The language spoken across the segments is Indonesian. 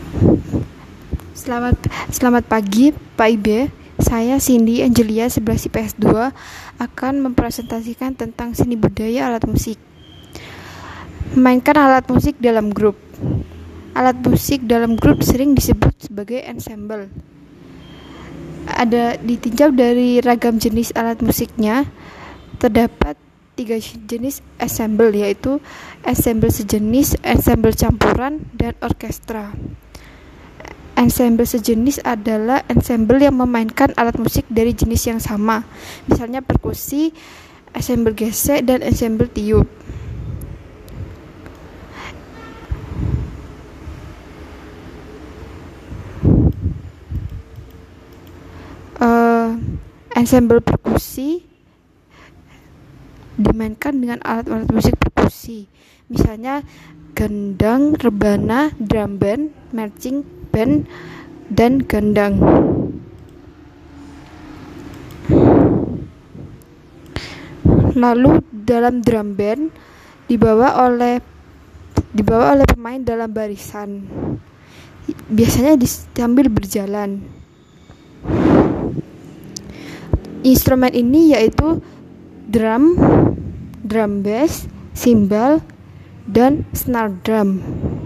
Selamat pagi, Pak Ibe. Saya Cindy Angelia 11 IPS 2 akan mempresentasikan tentang seni budaya alat musik. Memainkan alat musik dalam grup. Alat musik dalam grup sering disebut sebagai ensemble. Ditinjau dari ragam jenis alat musiknya, terdapat 3 jenis ensemble, yaitu ensemble sejenis, ensemble campuran, dan orkestra. Ensemble sejenis adalah ensemble yang memainkan alat musik dari jenis yang sama, misalnya perkusi, ensemble gesek, dan ensemble tiup. Ensemble perkusi dimainkan dengan alat-alat musik perkusi, misalnya gendang, rebana, drum band, marching band, dan gendang. Lalu dalam drum band dibawa oleh pemain dalam barisan, biasanya sambil berjalan. Instrumen ini yaitu drum bass, cymbal, dan snare drum.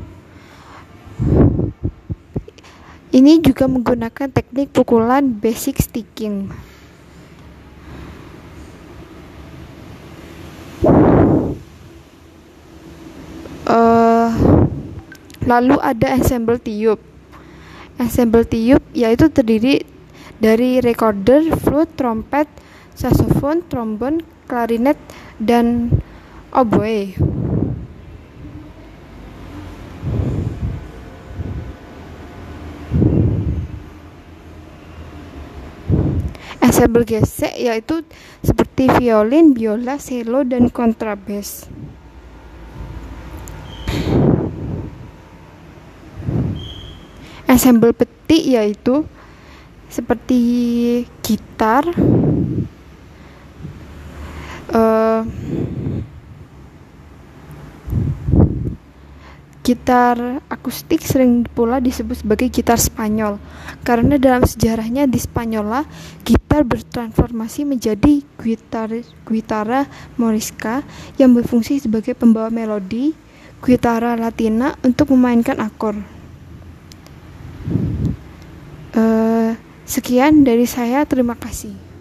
Ini juga menggunakan teknik pukulan basic sticking. Lalu ada ensemble tiup. Ensemble tiup yaitu terdiri dari recorder, flute, trompet, saxophone, trombon, klarinet, dan oboe. Ensemble gesek yaitu seperti violin, biola, cello, dan kontrabas. Ensemble petik yaitu seperti gitar, gitar akustik sering pula disebut sebagai gitar Spanyol, karena dalam sejarahnya di Spanyola, gitar bertransformasi menjadi guitarra morisca yang berfungsi sebagai pembawa melodi, guitarra latina untuk memainkan akor. Sekian dari saya, terima kasih.